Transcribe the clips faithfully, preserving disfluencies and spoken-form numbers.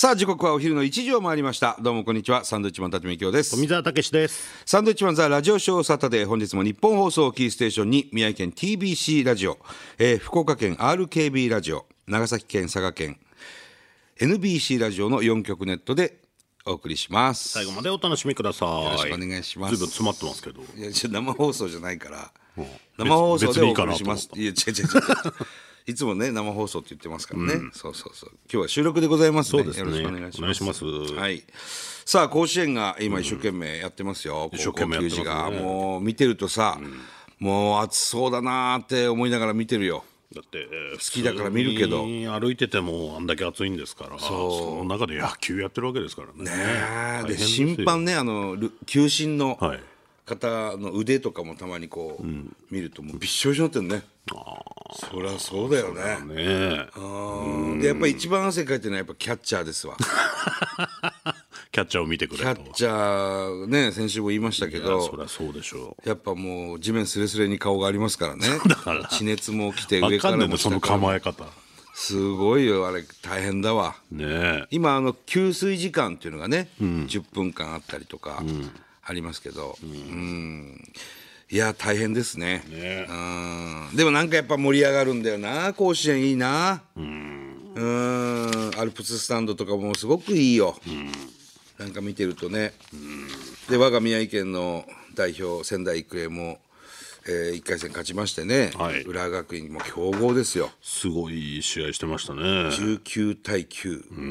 さあ時刻はお昼のいちじを回りました。どうもこんにちは。サンドウィッチマン辰巳京です。 富澤たけしです。 サンドウィッチマンザラジオショーサタデー、本日も日本放送キーステーションに宮城県 ティービーシー ラジオ、えー、福岡県 アールケービー ラジオ、長崎県佐賀県 エヌビーシー ラジオのよん局ネットでお送りします。 最後までお楽しみください。 よろしくお願いします。 ずいぶん詰まってますけど。 いや生放送じゃないから、うん、生放送でお送りします。いや違う違う違ういつもね生放送って言ってますからね、うん、そうそうそう。今日は収録でございますね。 そうですね。 よろしくお願いします。 お願いします。 はい。さあ甲子園が今一生懸命やってますよ。 うん、一生懸命やってますね。 高校球児がもう見てるとさ、うん、もう暑そうだなって思いながら見てるよ。 だって、えー、 好きだから見るけど歩いててもあんだけ暑いんですから、その中で野球やってるわけですからね。 ねで審判ね、あの球審の方の腕とかもたまにこう、うん、見るともうびっしょびしょになってるね。あそりゃそうだよね。 ねあでやっぱり一番汗かいてるのはやっぱキャッチャーですわキャッチャーを見てくれと。 キャッチャーね、先週も言いましたけど、 そりゃそうでしょう。 やっぱもう地面すれすれに顔がありますからね。だから地熱も来て上からも下からも、 その構え方すごいよ、あれ大変だわね。 今あの給水時間っていうのがね、うん、じゅっぷんかんあったりとかありますけど、うん、うんいや大変です ね, ねうんでもなんかやっぱ盛り上がるんだよな、甲子園いいな。うんうんアルプススタンドとかもすごくいいよ、うんなんか見てるとね。うんで我が宮城県の代表仙台育英も、えー、いっかい戦勝ちましてね、はい、浦和学院も強豪ですよ。 すごい試合してましたね。 じゅうきゅうたいきゅう、うん、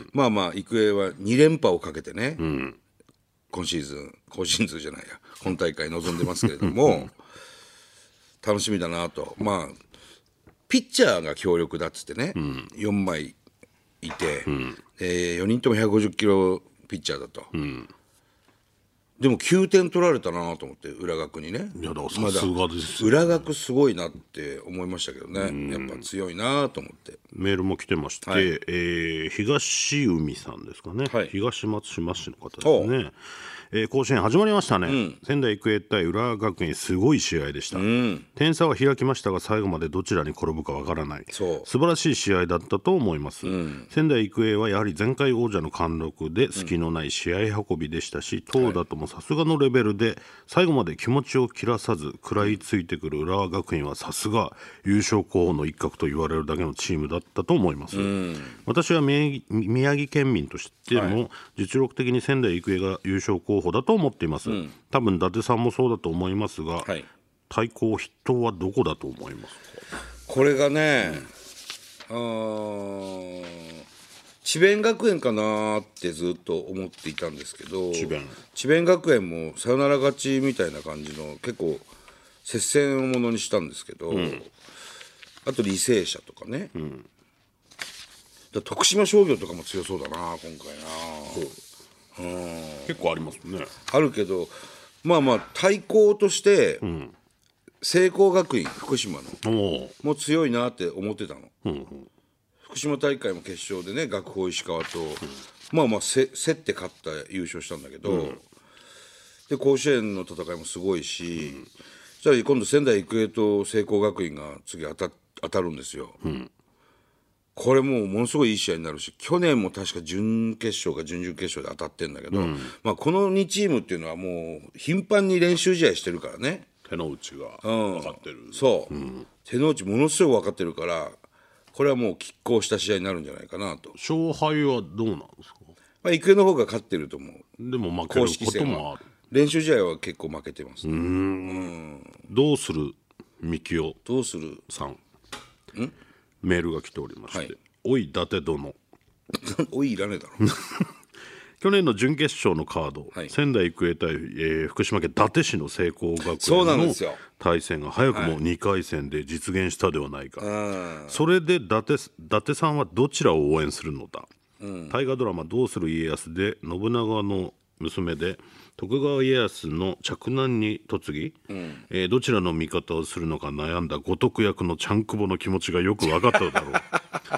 まあまあ育英はに連覇をかけてね、うん、今シーズン今シーズンじゃないや今大会臨んでますけれども楽しみだなと。まあピッチャーが強力だっつってね、うん、よんまいいて、うんえー、よにんともひゃくごじゅっキロピッチャーだと、うん、でもきゅうてん取られたなと思って、浦学にね。 いやだからさすがですよ、ね、浦学すごいなって思いましたけどね、うん、やっぱ強いなと思って。 メールも来てまして、はいえー、東海さんですかね、はい、東松島市の方ですね。えー、甲子園始まりましたね、うん、仙台育英対浦和学院すごい試合でした、うん、点差は開きましたが最後までどちらに転ぶかわからない素晴らしい試合だったと思います、うん、仙台育英はやはり前回王者の貫禄で隙のない試合運びでしたし、投打ともさすがのレベルで最後まで気持ちを切らさず食らいついてくる浦和学院はさすが優勝候補の一角と言われるだけのチームだったと思います、うん、私は宮城、宮城県民としても実力的に仙台育英が優勝候補だと思っています、うん、多分伊達さんもそうだと思いますが、はい、対抗筆頭はどこだと思いますか。 これがね、うん、あ智弁学園かなってずっと思っていたんですけど、 智弁智弁学園もサヨナラ勝ちみたいな感じの結構接戦をものにしたんですけど、うん、あと履正社とかね、うん、だ徳島商業とかも強そうだな今回な。 うん、結構ありますね。 あるけどまあまあ対抗として、うん、聖光学院福島のもう強いなって思ってたの、うんうん、福島大会も決勝でね学法石川と、うん、まあまあせ競って勝った優勝したんだけど、うん、で甲子園の戦いもすごいし、うん、じゃあ今度仙台育英と聖光学院が次当た、当たるんですよ、うんこれもうものすごいいい試合になるし、去年も確か準決勝か準々決勝で当たってんだけど、うんまあ、このにチームっていうのはもう頻繁に練習試合してるからね。 手の内が分かってる、 うん、そう、うん、手の内ものすごく分かってるからこれはもう拮抗した試合になるんじゃないかなと。 勝敗はどうなんですか。 まあ、育英の方が勝ってると思う。 でも負けることもある。 練習試合は結構負けてます、ね、うーんうんどうするみきおどうするさんんメールが来ておりまして、はい、おい伊達殿おいいらねえだろ去年の準決勝のカード、はい、仙台育英対、えー、福島県伊達市の聖光学園の対戦が早くもにかい戦で実現したではないか、はい、それで伊達、伊達さんはどちらを応援するのだ、うん、大河ドラマどうする家康で信長の娘で徳川家康の嫡男に嫁ぎ、うんえー、どちらの味方をするのか悩んだ五徳役のちゃんくぼの気持ちがよく分かっただろう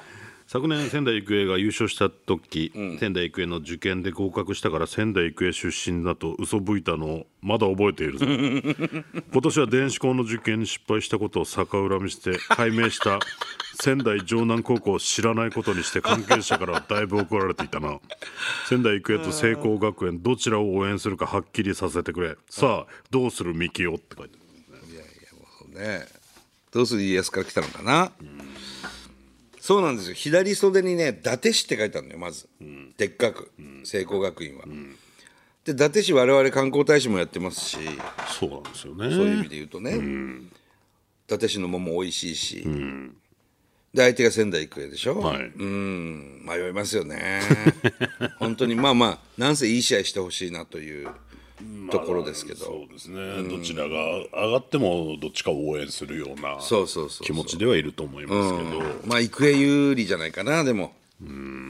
昨年仙台育英が優勝した時、うん、仙台育英の受験で合格したから仙台育英出身だと嘘吹いたのをまだ覚えているぞ今年は電子工の受験に失敗したことを逆恨みして改名した仙台城南高校を知らないことにして関係者からはだいぶ怒られていたな仙台育英と聖光学園どちらを応援するかはっきりさせてくれさあどうするミキオって書いてある、ね、いやいやもうねどうする家康から来たのかな、うん、そうなんですよ。左袖にね伊達市って書いてあるのよまず、うん、でっかく、うん、聖光学院は、うん、で伊達市我々観光大使もやってますしそうなんですよねそういう意味で言うとね、うん、伊達市の桃美味しいし、うん、で相手が仙台育英でしょ、はい、うん迷いますよね本当にまあまあなんせいい試合してほしいなというところですけど、まあ、 そうですね、うん、どちらが上がってもどっちかを応援するような気持ちではいると思いますけど、 うん、まあ育英有利じゃないかなでも、うん、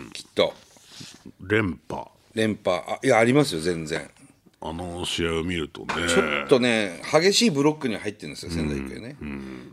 きっと連覇連覇あいやありますよ全然あの試合を見るとねちょっとね激しいブロックに入ってるんですよ仙台育英ね、うんうん、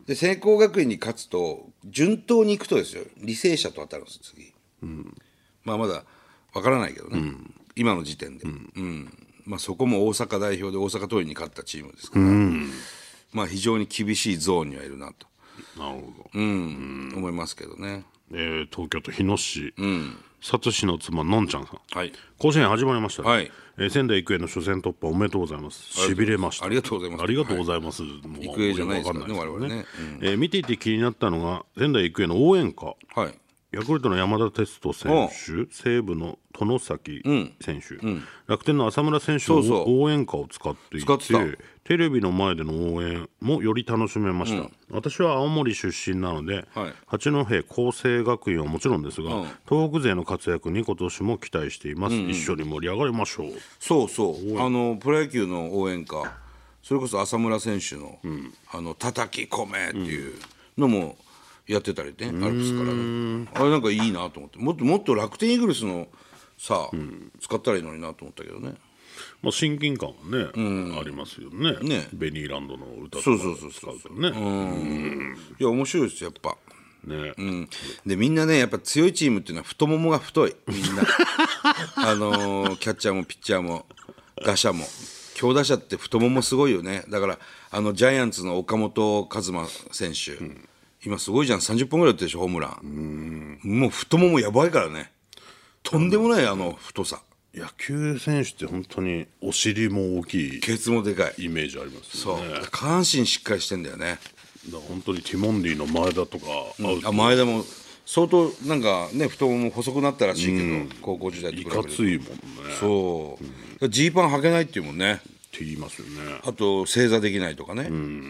で聖光学院に勝つと順当に行くとですよ履正社と当たるんです次、うん、まあまだわからないけどね、うん、今の時点で、うんうんまあ、そこも大阪代表で大阪桐蔭に勝ったチームですから、うんまあ、非常に厳しいゾーンにはいるなとなるほど、 うんうん、思いますけどね、 えー、東京都日野市、うん、里氏の妻のんちゃんさん、 はい、 甲子園始まりましたね、 はいえー、仙台育英の初戦突破おめでとうございますしびれましたありがとうございますありがとうございます、はい、 もう育英じゃないですからね我々ね、うんえー、見ていて気になったのが仙台育英の応援歌、 はい、 ヤクルトの山田哲人選手西武の外崎選手、うんうん、楽天の浅村選手の応援歌を使っていてテレビの前での応援もより楽しめました、うん、私は青森出身なので、はい、八戸光星学院はもちろんですが、うん、東北勢の活躍に今年も期待しています、うんうん、一緒に盛り上がりましょう。 そうそうあのプロ野球の応援歌それこそ浅村選手の、うん、あの叩き込めっていうのもやってたりね、アルプスからねあれなんかいいなと思ってもっともっと楽天イーグルスのさ、うん、使ったらいいのになと思ったけどね、 まあ、親近感はね、うん、ありますよ ね, ねベニーランドの歌とか使うとねいや面白いですよやっぱねうん、でみんなねやっぱ強いチームっていうのは太ももが太いみんなあのー、キャッチャーもピッチャーも打者も強打者って太ももすごいよね。だからあのジャイアンツの岡本和真選手、うん、今すごいじゃんさんじゅっぽんぐらい打ってるでしょホームラン。うんもう太ももやばいからねとんでもないあの太さ。 野球選手って本当にお尻も大きいケツもでかいイメージありますよね。 そう下半身しっかりしてんだよね。 だから本当にティモンディの前田とか会うと、うん、あ前田も相当なんかね太もも細くなったらしいけど、うん、高校時代と比べるといかついもんね。 そうジー、うん、パン履けないっていうもんねって言いますよね。 あと正座できないとかね、うん、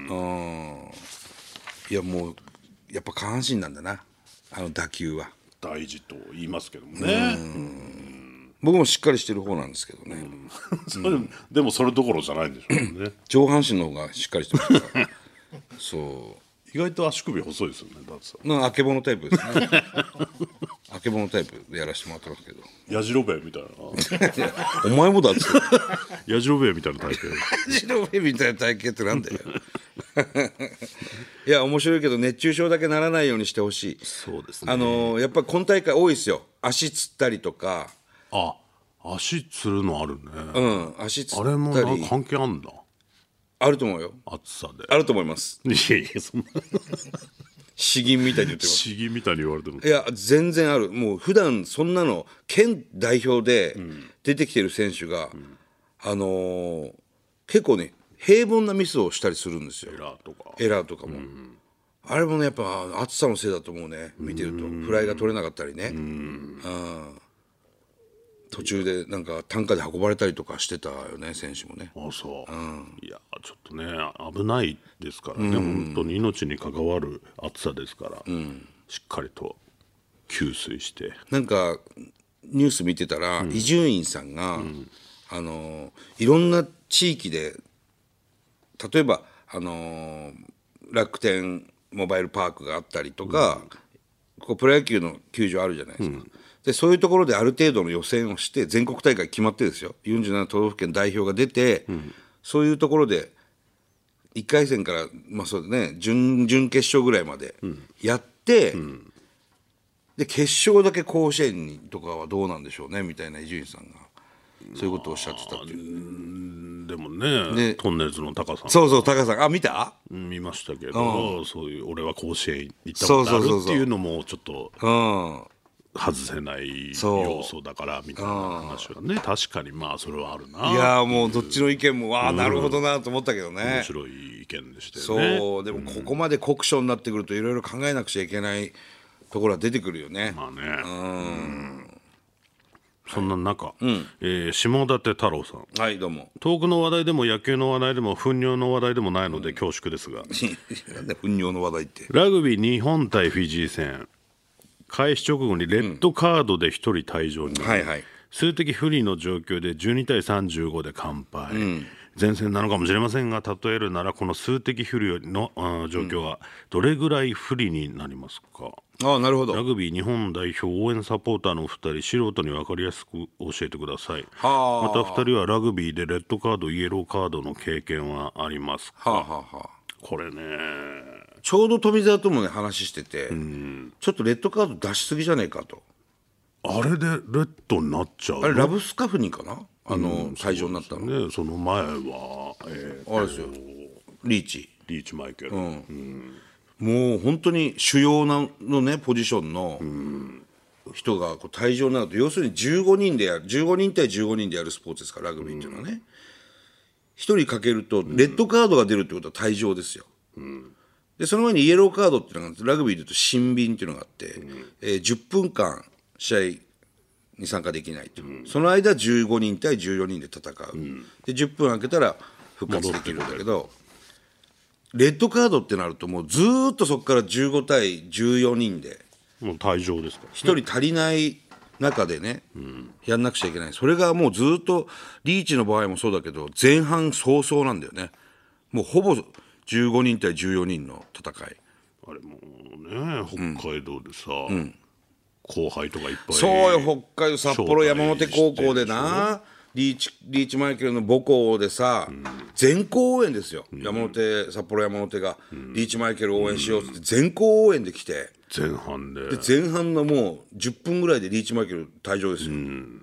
あいやもうやっぱ下半身なんだなあの打球は大事と言いますけどもね。 うん僕もしっかりしてる方なんですけどね、うんそれでもそれどころじゃないんでしょうね上半身の方がしっかりしてますからそう意外と足首細いですよねだってさあけぼのタイプですねあけぼのタイプでやらせてもらってますけどやじろべえみたいなお前もだっつってやじろべえみたいな体型やじろべえみたいな体型ってなんだよいや面白いけど熱中症だけならないようにしてほしい。 そうですね。 あのー、やっぱり今大会多いですよ足つったりとか。 あ足つるのあるね。 うん足つったりあれもなんか関係あんだ。 あると思うよ暑さで。 あると思います。 いやいやそんな詩吟みたいに言ってます。 詩吟みたいに言われてもいや全然ある。もう普段そんなの県代表で出てきてる選手が、うん、あのー、結構ね平凡なミスをしたりするんですよ。 エラーとかエラーとかも、うん、あれもねやっぱ暑さのせいだと思うね見てるとフライが取れなかったりね、うん、途中でなんか担架で運ばれたりとかしてたよね選手もね。 あそう、うん、いやちょっとね危ないですからね、うん、本当に命に関わる暑さですから、うん、しっかりと給水してなんかニュース見てたら伊集院さんが、うん、あのいろんな地域で例えば、あのー、楽天モバイルパークがあったりとか、うん、ここプロ野球の球場あるじゃないですか、うん、でそういうところである程度の予選をして全国大会決まってですよよんじゅうなな都道府県代表が出て、うん、そういうところでいっかい戦から、まあそうね、準々決勝ぐらいまでやって、うん、 で決勝だけ甲子園にとかはどうなんでしょうねみたいな伊集院さんがそういうことをおっしゃってたっていう。 でもねトンネルズのタカさんそうそうタカさんあ見た見ましたけど、うん、そういう俺は甲子園行ったことあるっていうのもちょっと外せない要素だからみたいな話はね確かにまあそれはあるな。 いやもうどっちの意見もわあなるほどなと思ったけどね、うん、 面白い意見でしたよね。 そうでもここまで酷暑になってくるといろいろ考えなくちゃいけないところは出てくるよね。 まあね、うん、そんな中、はいうんえー、下館太郎さんはいどうも。 遠くの話題でも野球の話題でも糞尿の話題でもないので恐縮ですが、うん、 なんで糞尿の話題ってラグビー日本対フィジー戦開始直後にレッドカードでひとり退場になり、うんはいはい、数的不利の状況でじゅうにたいさんじゅうごで完敗、うん、前線なのかもしれませんが例えるならこの数的不利の状況はどれぐらい不利になりますか。 ああなるほど。 ラグビー日本代表応援サポーターのお二人素人に分かりやすく教えてください。またふたりはラグビーでレッドカードイエローカードの経験はありますか。はあはあはあ、これねちょうど富澤ともね話してて、うん、ちょっとレッドカード出しすぎじゃねえかと。 あれでレッドになっちゃうの。 あれラブスカフニかなあの、うん、退場になったの。 ね、その前は、 えー、あれですよリーチリーチマイケル、うんうん、 もう本当に主要なのねポジションの人がこう退場になると要するにじゅうごにんでやるじゅうごにん対じゅうごにんでやるスポーツですからラグビーっていうのはね、うん、ひとりかけるとレッドカードが出るってことは退場ですよ、うん、でその前にイエローカードっていうのがラグビーでいうと新便っていうのがあって、うんえー、じゅっぷんかん試合に参加できないと、うん、その間じゅうごにん対じゅうよにんで戦う、うん、でじゅっぷん空けたら復活できるんだけどレッドカードってなるともうずっとそこからじゅうごたいじゅうよにんでもう退場ですか、ね、 ひとり足りない中でね、うん、やんなくちゃいけない。それがもうずっとリーチの場合もそうだけど前半早々なんだよね。もうほぼじゅうごにん対じゅうよにんの戦い。 あれもね北海道でさ、うん、後輩とかいっぱいそうよ北海道札幌山手高校でなリーチ、リーチマイケルの母校でさ、うん、全校応援ですよ、うん、山手札幌山手が、うん、リーチマイケル応援しようって全校応援で来て前半 で, で前半のもうじゅっぷんぐらいでリーチマイケル退場ですよ、うん、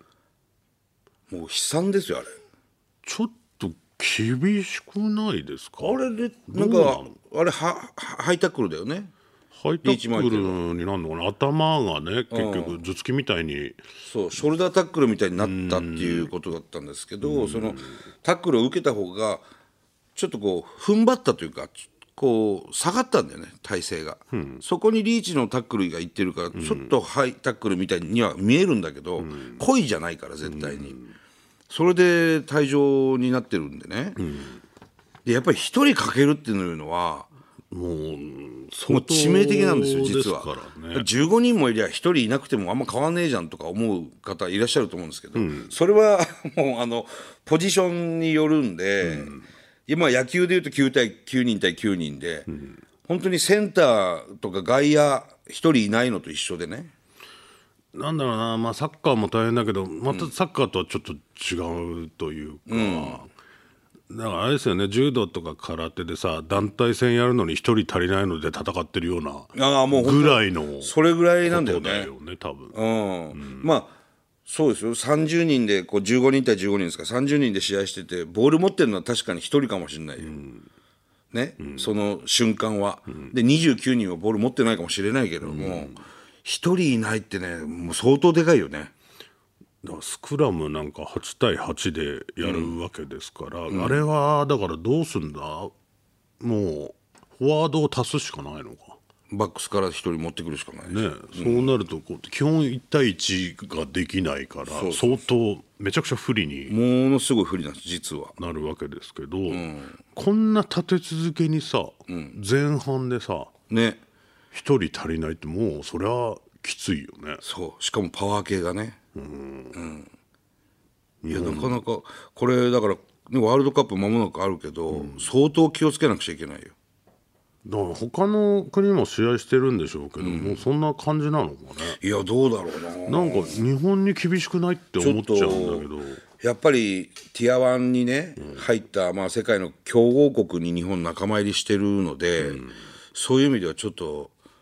もう悲惨ですよあれ。 ちょっと厳しくないですかあれでなんかあれはハイタックルだよね。 ハイタックルになるのかな頭がね結局頭突きみたいにそうショルダータックルみたいになったっていうことだったんですけどそのタックルを受けた方がちょっとこう踏ん張ったというかこう下がったんだよね体勢が、うん、そこにリーチのタックルがいってるからちょっとハイタックルみたいには見えるんだけど、うん、故意じゃないから絶対に、うん、それで退場になってるんでね、うん、でやっぱり一人かけるっていうのはもうもう致命的なんですよ実は、ね、じゅうごにんもいりゃひとりいなくてもあんま変わんねえじゃんとか思う方いらっしゃると思うんですけど、うん、それはもうあのポジションによるんで、うん、今野球でいうときゅう対きゅうにん対きゅうにんで、うん、本当にセンターとか外野ひとりいないのと一緒でね。 なんだろうな、まあ、サッカーも大変だけどまたサッカーとはちょっと違うというか、うんだからあれですよね柔道とか空手でさ団体戦やるのにひとり足りないので戦ってるようなぐらいのそれぐらいなんだよね多分、 うんうん、まあそうですよさんじゅうにんでこうじゅうごにん対じゅうごにんですかさんじゅうにんで試合しててボール持ってるのは確かにひとりかもしれないよ、うんねうん、その瞬間は、うん、でにじゅうきゅうにんはボール持ってないかもしれないけども、うん、ひとりいないってねもう相当でかいよね。 だからスクラムなんかはちたいはちでやるわけですから、うん、あれはだからどうすんだもうフォワードを足すしかないのかバックスからひとり持ってくるしかないね、うん、そうなるとこう基本いちたいいちができないから相当めちゃくちゃ不利にものすごい不利なんです実はなるわけですけど、うん、こんな立て続けにさ、うん、前半でさねひとり足りないってもうそれはきついよね。 そうしかもパワー系がねうんうん、いやなかなかこれだから、ね、ワールドカップ間もなくあるけど、うん、相当気をつけなくちゃいけないよ。 だから他の国も試合してるんでしょうけど、うん、もうそんな感じなのかね。 いやどうだろうな。なんか日本に厳しくないって思っちゃうんだけどやっぱりティアワンにね、うん、入った、まあ、世界の強豪国に日本仲間入りしてるので、うん、そういう意味ではちょっと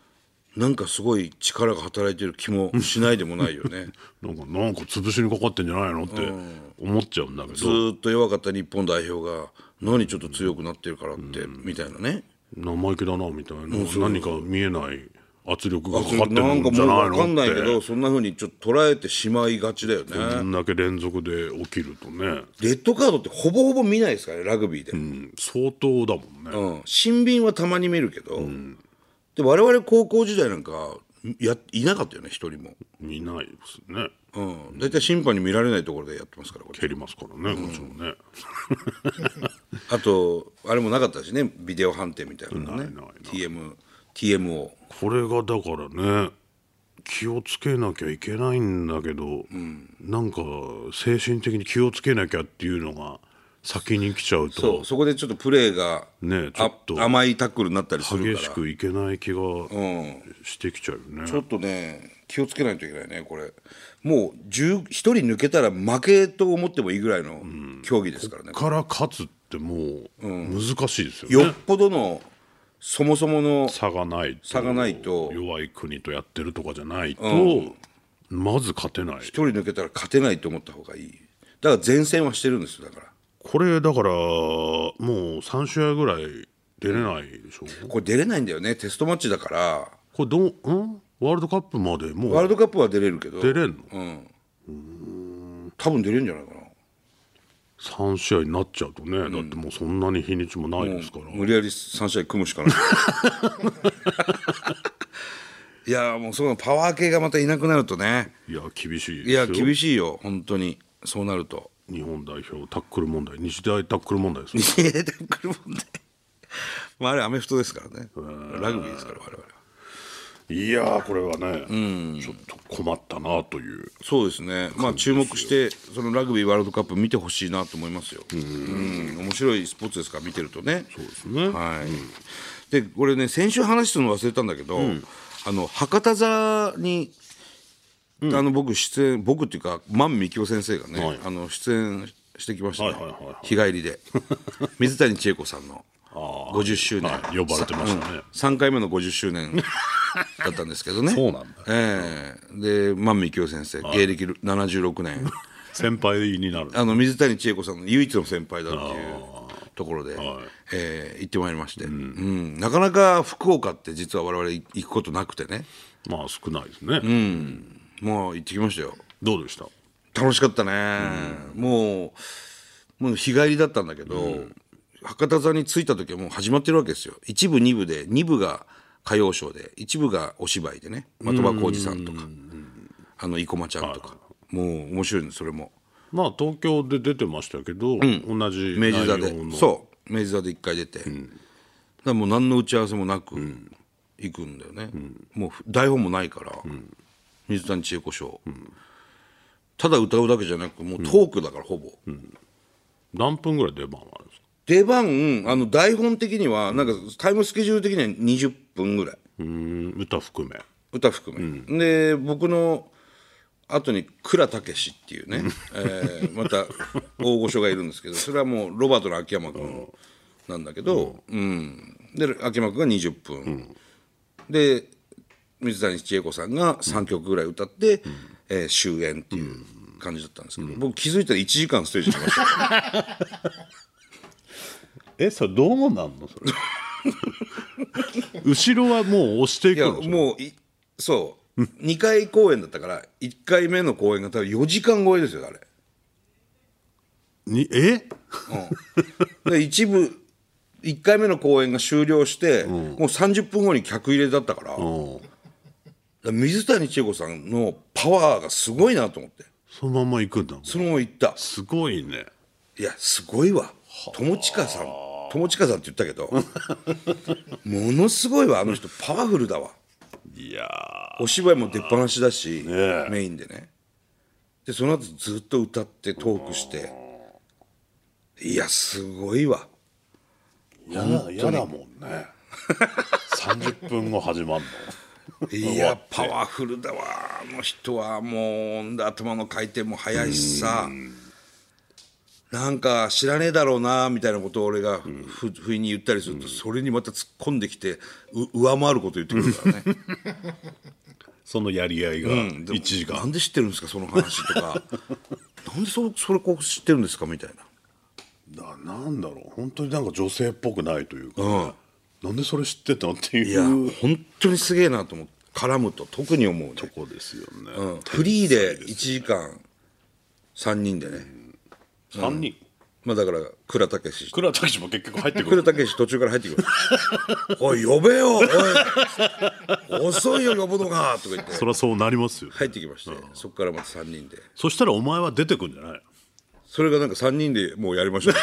なんかすごい力が働いてる気もしないでもないよねなんかなんか潰しにかかってんじゃないのって思っちゃうんだけど、 ずーっと弱かった日本代表が何ちょっと強くなってるからって、みたいなね、 生意気だなみたいな、何か見えない圧力がかかってるんじゃないのって。 なんかもう分かんないけど、そんな風にちょっと捉えてしまいがちだよね。 こんだけ連続で起きるとね。 レッドカードってほぼほぼ見ないですからね、ラグビーで、 うん、相当だもんね、 うん、新聞はたまに見るけど、うん、で我々高校時代なんかやいなかったよね、一人も見ないですね。 うん、だいたい審判に見られないところでやってますから、これ蹴りますからね、もちろんねあとあれもなかったしね、ビデオ判定みたいなのね、 ティーエム、ティーエムオー。 これがだからね、気をつけなきゃいけないんだけど、うん、なんか精神的に気をつけなきゃっていうのが先に来ちゃうと、 そう、そこでちょっとプレーが、 ね、ちょっと甘いタックルになったりするから、 激しくいけない気がしてきちゃうよね、 うん、ちょっとね気をつけないといけないね。これもうひとり抜けたら負けと思ってもいいぐらいの競技ですからね、うん、 ここから勝つってもう難しいですよね、 うん、よっぽどのそもそもの差がないと、 差がないと弱い国とやってるとかじゃないと、うん、まず勝てない。 ひとり抜けたら勝てないと思った方がいい。だから前線はしてるんですよ。だからこれだからもうさん試合ぐらい出れないでしょ、うん、 これ出れないんだよね、テストマッチだから。 これどう、うん、ワールドカップまでもうワールドカップは出れるけど、 出れんの、 うん、うーん多分出れるんじゃないかな。 さん試合になっちゃうとね、うん、だってもうそんなに日にちもないですから、 無理やりさん試合組むしかないいやもうそのパワー系がまたいなくなるとね、 いや厳しいですよ。いや厳しいよ本当に。そうなると日本代表タックル問題、日大タックル問題ですね。日大タックル問題まああれアメフトですからね、ラグビーですから我々は。 いやーこれはね、うん、ちょっと困ったなという。 そうですね、まあ注目してそのラグビーワールドカップ見てほしいなと思いますよ。うん、面白いスポーツですから見てるとね。 そうですね、 はい、うん、でこれね先週話するの忘れたんだけど、うん、あの博多座に、うん、あの僕出演僕っていうか万美京先生がね、はい、あの出演してきましたね、はいはいはいはい、日帰りで水谷千恵子さんのごじゅっしゅうねん、 はい、呼ばれてましたね、うん、 さんかいめのごじゅっしゅうねんだったんですけどねそうなんだ、 えー、で万美京先生、はい、芸歴ななじゅうろくねん先輩になる、 あの水谷千恵子さんの唯一の先輩だっていうところで、はい、えー、行ってまいりまして、うんうん、なかなか福岡って実は我々行くことなくてね。 まあ少ないですね、 うん、もう行ってきましたよ。 どうでした？ 楽しかったね、うん、もうもう日帰りだったんだけど、うん、博多座に着いた時はもう始まってるわけですよ。一部二部で、二部が歌謡ショーで一部がお芝居でね、的場浩司さんとかあの生駒ちゃんとか、もう面白いんですそれも。 まあ東京で出てましたけど、うん、同じ明治座で、そう明治座で一回出て、うん、だからもう何の打ち合わせもなく行くんだよね、うん、もう台本もないから、うん、水谷千恵子ショー、うん、ただ歌うだけじゃなくもうトークだからほぼ、うん、 何分ぐらい出番はあるんですか？ 出番あの台本的にはなんかタイムスケジュール的にはにじゅっぷんぐらい、 うん、歌含め歌含め、うん、で僕の後に倉武史っていうね、えー、また大御所がいるんですけど、それはもうロバートの秋山君なんだけど、うん、で秋山君がにじゅっぷん、うん、で水谷千恵子さんがさんきょくぐらい歌って、うん、えー、終演っていう感じだったんですけど、うん、僕気づいたらいちじかんステージしましたからえ、それどうなんのそれ後ろはもう押していくの？ いやもういそうにかい公演だったからいっかいめの公演が多分よじかん超えですよあれに。え、 うん、で一部いっかいめの公演が終了して、うん、もうさんじゅっぷんごに客入れだったから、うん、だから水谷千恵子さんのパワーがすごいなと思って、 そのまま行くんだもん。 そのまま行った。 すごいね。 いやすごいわ。友近さん友近さんって言ったけどものすごいわあの人、パワフルだわ。 いやお芝居も出っ放しだし、ね、メインでね。でその後ずっと歌ってトークして、いやすごいわ。 やだやだもんねさんじゅっぷんご始まんのいやパワフルだわあの人は。もう頭の回転も速いしさ、 なんか知らねえだろうなみたいなことを俺がふ、不意に言ったりすると、それにまた突っ込んできてう上回ること言ってくるからねそのやり合いがいちじかん、 うん、なんで知ってるんですかその話とかなんで そ, それこう知ってるんですかみたいな。 だなんだろう、本当になんか女性っぽくないというか、ね、うん、なんでそれ知ってたのっていう。 いや本当にすげえなと思って、絡むと特に思うね。 とこですよね、 うん、フリーでいちじかんさんにんでね、 うん、さんにん、 まあだから倉武史倉武史も結局入ってくる倉武史途中から入ってくるおい呼べよおい遅いよ呼ぶのがとか言ってそりゃそうなりますよ、ね、 入ってきまして、うん、そこからまたさんにんで、 そしたらお前は出てくんじゃない。 それがなんかさんにんでもうやりましょう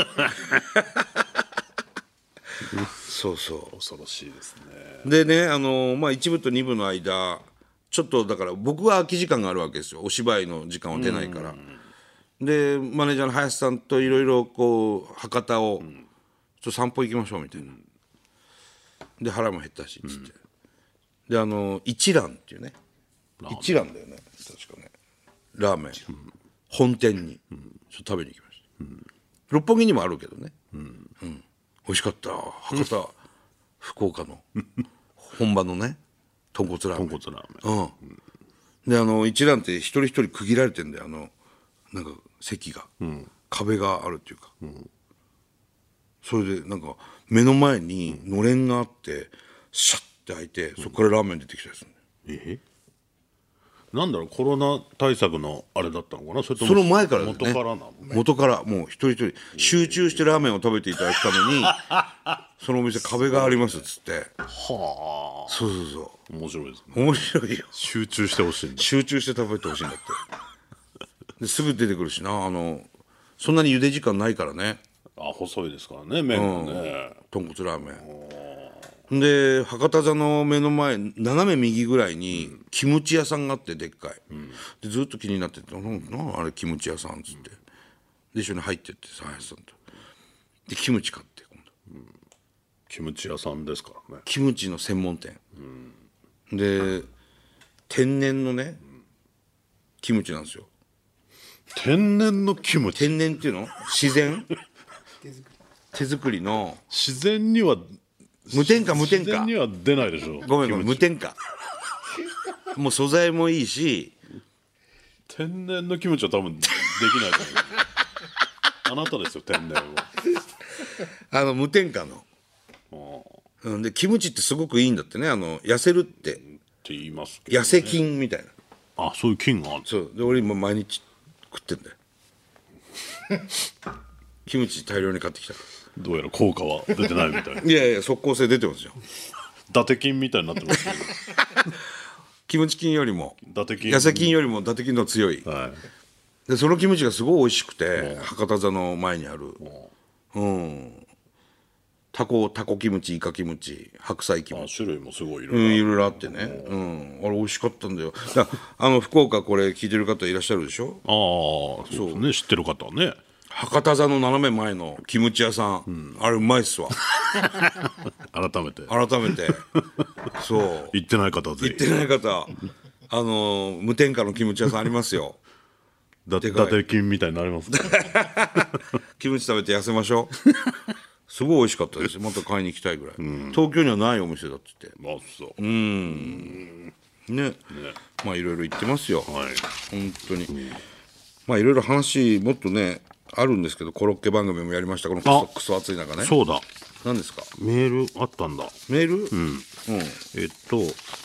そうそう恐ろしいですね。 でね、あのー、まあいち部とに部の間ちょっとだから僕は空き時間があるわけですよ、お芝居の時間は出ないから。でマネージャーの林さんといろいろこう博多をちょっと散歩行きましょうみたいな、で腹も減ったしっつって、であの一蘭っていうね、一蘭だよね確かね、ラーメン、うん、本店にちょっと食べに行きました、うん、六本木にもあるけどね、うんうん、美味しかった博多福岡の本場のね豚骨ラーメン、 豚骨ラーメン、 うん、であの一蘭って一人一人区切られてんだよ、あのなんか席が、うん、壁があるっていうか、うん、それでなんか目の前にのれんがあって、うん、シャッて開いて、そこからラーメン出てきたりする、ね、 えなんだろう、コロナ対策のあれだったのかな、それともその前から、ね、 元からなの、ね、 元からもう一人一人集中してラーメンを食べていただくためにそのお店壁がありますっつって、はあ、そうそうそう、 面白いですね、 面白いよ、 集中してほしいんだ、 集中して食べてほしいんだってですぐ出てくるしな、あのそんなに茹で時間ないからね、 あ細いですからね麺がね、 うん、豚骨ラーメンで博多座の目の前斜め右ぐらいにキムチ屋さんがあってでっかい、うん、でずっと気になってて、なんあれキムチ屋さんっつって、で一緒に入ってってさ林さんとでキムチ買って今度、うん、 キムチ屋さんですからね、 キムチの専門店、うん、で天然のね、うん、キムチなんですよ。 天然のキムチ、 天然っていうの自然手作りの、 自然には無添加無添加、 自然には出ないでしょ、 ごめんごめん無添加もう素材もいいし、 天然のキムチは多分できないと思うあなたですよ天然はあの無添加の、うん、でキムチってすごくいいんだってね、あの痩せるってって言いますけど、ね、 痩せ菌みたいな、 あそういう菌がある、 そうで俺今毎日食ってんだよキムチ大量に買ってきたから、 どうやら効果は出てないみたいいやいや即効性出てますよ伊達菌みたいになってますけどキムチ菌よりも伊達菌、 痩せ菌よりも伊達菌の強い、 はい、 でそのキムチがすごい美味しくて、博多座の前にある、うん、タコタコキムチ、イカキムチ、白菜キムチ、 種類もすごいいろいろいろあってね、うん、あれ美味しかったんだよ。だあの福岡これ聞いてる方いらっしゃるでしょ。 ああそうですね、知ってる方はね、 博多座の斜め前のキムチ屋さん、うん、あれうまいっすわ改めて改めてそう行ってない方はぜひ、 行ってない方あの無添加のキムチ屋さんありますよだ伊達菌みたいになりますねキムチ食べて痩せましょうすごい美味しかったです、また買いに行きたいぐらい、うん、東京にはないお店だって言って、 あそううん、ね、ね、まあいろいろ言ってますよ、はい、本当に、うん、まあいろいろ話もっとねあるんですけど、コロッケ番組もやりました、このクソ、クソ暑い中ね。 そうだ、 何ですか、 メールあったんだ、 メール、うん、うん、 えっと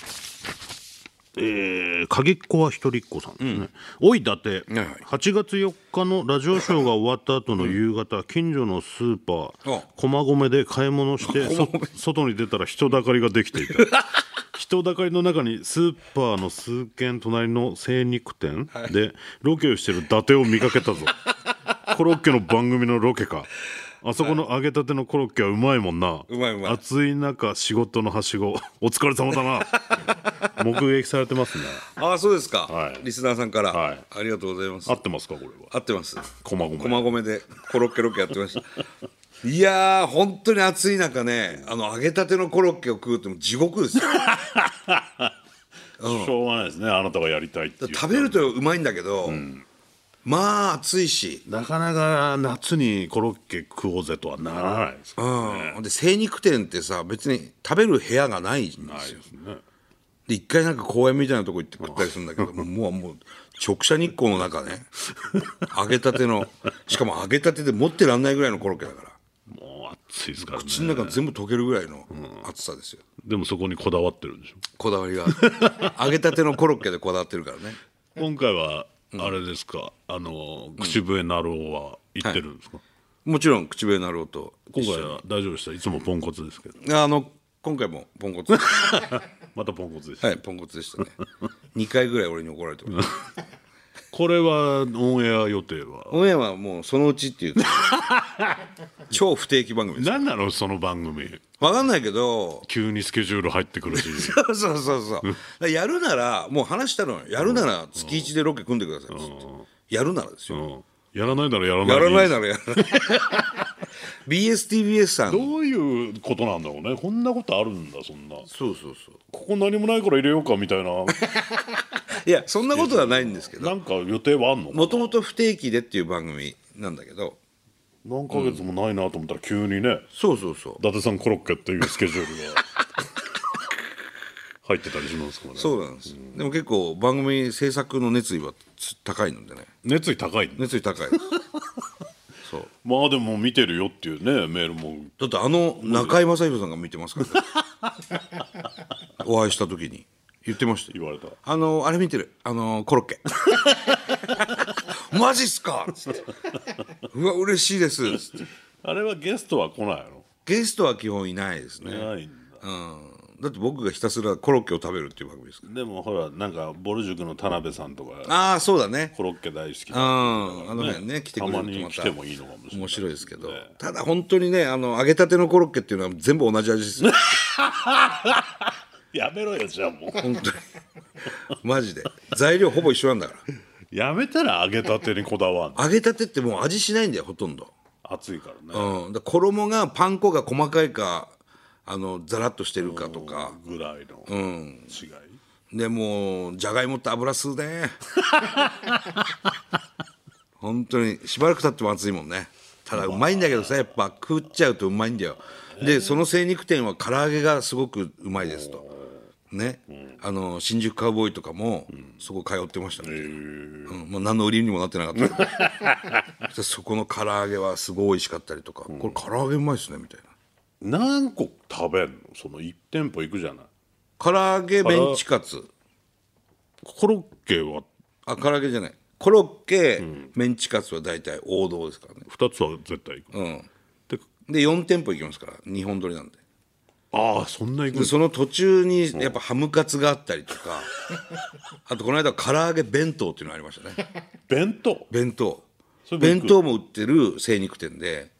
えー、鍵っ子は一人っ子さんですね、うん、おいだってはちがつよっかのラジオショーが終わった後の夕方、うん、近所のスーパー駒込で買い物して外に出たら人だかりができていた人だかりの中にスーパーの数軒隣の精肉店でロケをしてる伊達を見かけたぞコロッケの番組のロケか、あそこの揚げたてのコロッケはうまいもんな、 うまいうまい、 暑い中仕事のはしごお疲れ様だな目撃されてますね。 ああそうですか、 はい、 リスナーさんから、 はい、 ありがとうございます。 合ってますかこれは。 合ってます。 駒込駒込でコロッケロケやってましたいやー本当に暑い中ね、あの揚げたてのコロッケを食うっても地獄ですようん、しょうがないですね、あなたがやりたいっていう。 食べるとうまいんだけど、うん、 まあ暑いし、 なかなか夏にコロッケ食おうぜとはならないですからね。 うん、で精肉店ってさ別に食べる部屋がないんですよ。 ないですね。 で一回なんか公園みたいなとこ行って食ったりするんだけどもうもう直射日光の中ね揚げたての、しかも揚げたてで持ってらんないぐらいのコロッケだから、 もう暑いですからね。 口の中全部溶けるぐらいの暑さですよ、 うん、でもそこにこだわってるんでしょ。 こだわりが揚げたてのコロッケでこだわってるからね。 今回はあれですか、うん、あの口笛なるおは行ってるんですか。はい、 もちろん口笛なるおと今回は大丈夫でした。いつもポンコツですけど。 あの今回もポンコツまたポンコツでした。 はい、ポンコツでしたねにかいぐらい俺に怒られてますこれはオンエア予定はオンエアはもうそのうちっていう超不定期番組です。 何なのその番組。 分かんないけど急にスケジュール入ってくるしそうそうそうそうやるならもう話したのやるなら月いちでロケ組んでくださいっつってやるならですよ。 やらないならやらない。 やらないならやらないビーエスティービーエス さんどういうことなんだろうね。こんなことあるんだ。そんなそうそうそうここ何もないから入れようかみたいないやそんなことはないんですけど、 なんか予定はあんの。 もともと不定期でっていう番組なんだけど何ヶ月もないなと思ったら急にね、うん、 そうそうそう伊達さんコロッケっていうスケジュールが入ってたりしますからね。 そうなんです、うん、でも結構番組制作の熱意は高いのでね。 熱意高い熱意高いですそうまあでも見てるよっていうねメールも。 だってあの中居正広さんが見てますからねお会いした時に言ってました。 言われた。 あのあれ見てるあのコロッケマジっすかっつってうわ嬉しいですっつって。 あれはゲストは来ないの。 ゲストは基本いないですね。 いないんだ。 うんだって僕がひたすらコロッケを食べるっていう番組ですから。 でもほらなんかボル塾の田辺さんとかああそうだねコロッケ大好きだ、 ね、あの辺ね来てくれるとたまに来てもいいのかもしれない。 面白いですけど、ね、ただ本当にねあの揚げたてのコロッケっていうのは全部同じ味ですよやめろよじゃあもう本当にマジで材料ほぼ一緒なんだからやめたら揚げたてにこだわる。 揚げたてってもう味しないんだよほとんど。 熱いからね、うん、だから衣がパン粉が細かいかあのザラッとしてるかとかぐらいの違い、うん、 でもうじゃがいもって油吸うね本当にしばらく経っても熱いもんね。ただうまいんだけどさやっぱ食っちゃうとうまいんだよ。でその精肉店は唐揚げがすごくうまいですとね、うん、あの新宿カウボーイとかもそこ通ってましたね、うんうん、もう何の売りにもなってなかったけどそこの唐揚げはすごい美味しかったりとか、うん、これ唐揚げうまいですねみたいな。 何個食べんのそのいち店舗行くじゃない。 唐揚げメンチカツコロッケはあ唐揚げじゃないコロッケ、うん、メンチカツは大体王道ですからね。 ふたつは絶対行く、うん、 で, でよん店舗行きますからにほん撮りなんで。 ああそんな行くんだ。 その途中にやっぱハムカツがあったりとかあとこの間は唐揚げ弁当っていうのがありましたね弁当弁当弁当も売ってる精肉店で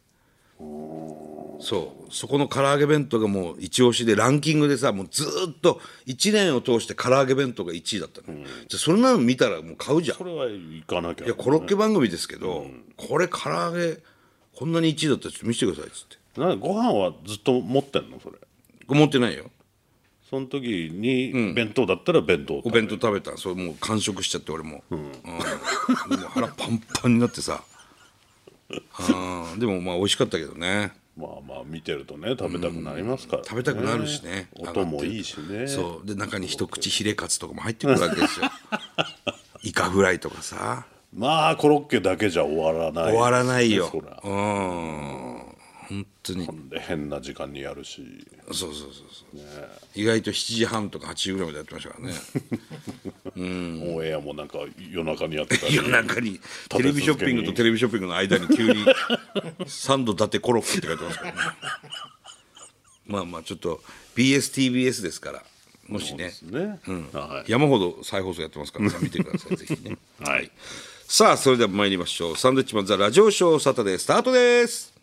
そうそこの唐揚げ弁当がもう一押しでランキングでさもうずっといちねんを通して唐揚げ弁当がいちいだったの、うん、じゃそんなの見たらもう買うじゃん。 それは行かなきゃ、ね、 いやコロッケ番組ですけど、うん、これ唐揚げこんなにいちいだったらちょっと見せてくださいっつってなんかご飯はずっと持ってんのそれ。 持ってないよ。 その時に弁当だったら弁当、うん、 お弁当食べたそれもう完食しちゃって俺も、うんうん、もう腹パンパンになってさあでもまあ美味しかったけどね。 まあまあ見てるとね食べたくなりますから、ね、 食べたくなるしね音もいいしね。 そうで中に一口ヒレカツとかも入ってくるわけですよイカフライとかさ。 まあコロッケだけじゃ終わらない、ね、 終わらないよ。うん本当に。 ほんで変な時間にやるし。 そうそうそうそう、ね、意外としちじはんとかはちじぐらいまでやってましたからねうん、オンエアもなんか夜中にやってたり夜中にテレビショッピングとテレビショッピングの間に急にサンド伊達コロッケって書いてますからねまあまあちょっと ビーエスティービーエス ですからもしね、ねうんはい、山ほど再放送やってますから、ね、見てくださいぜひね、はい、さあそれでは参りましょう。サンドウィッチマンザラジオショーサタデースタートです。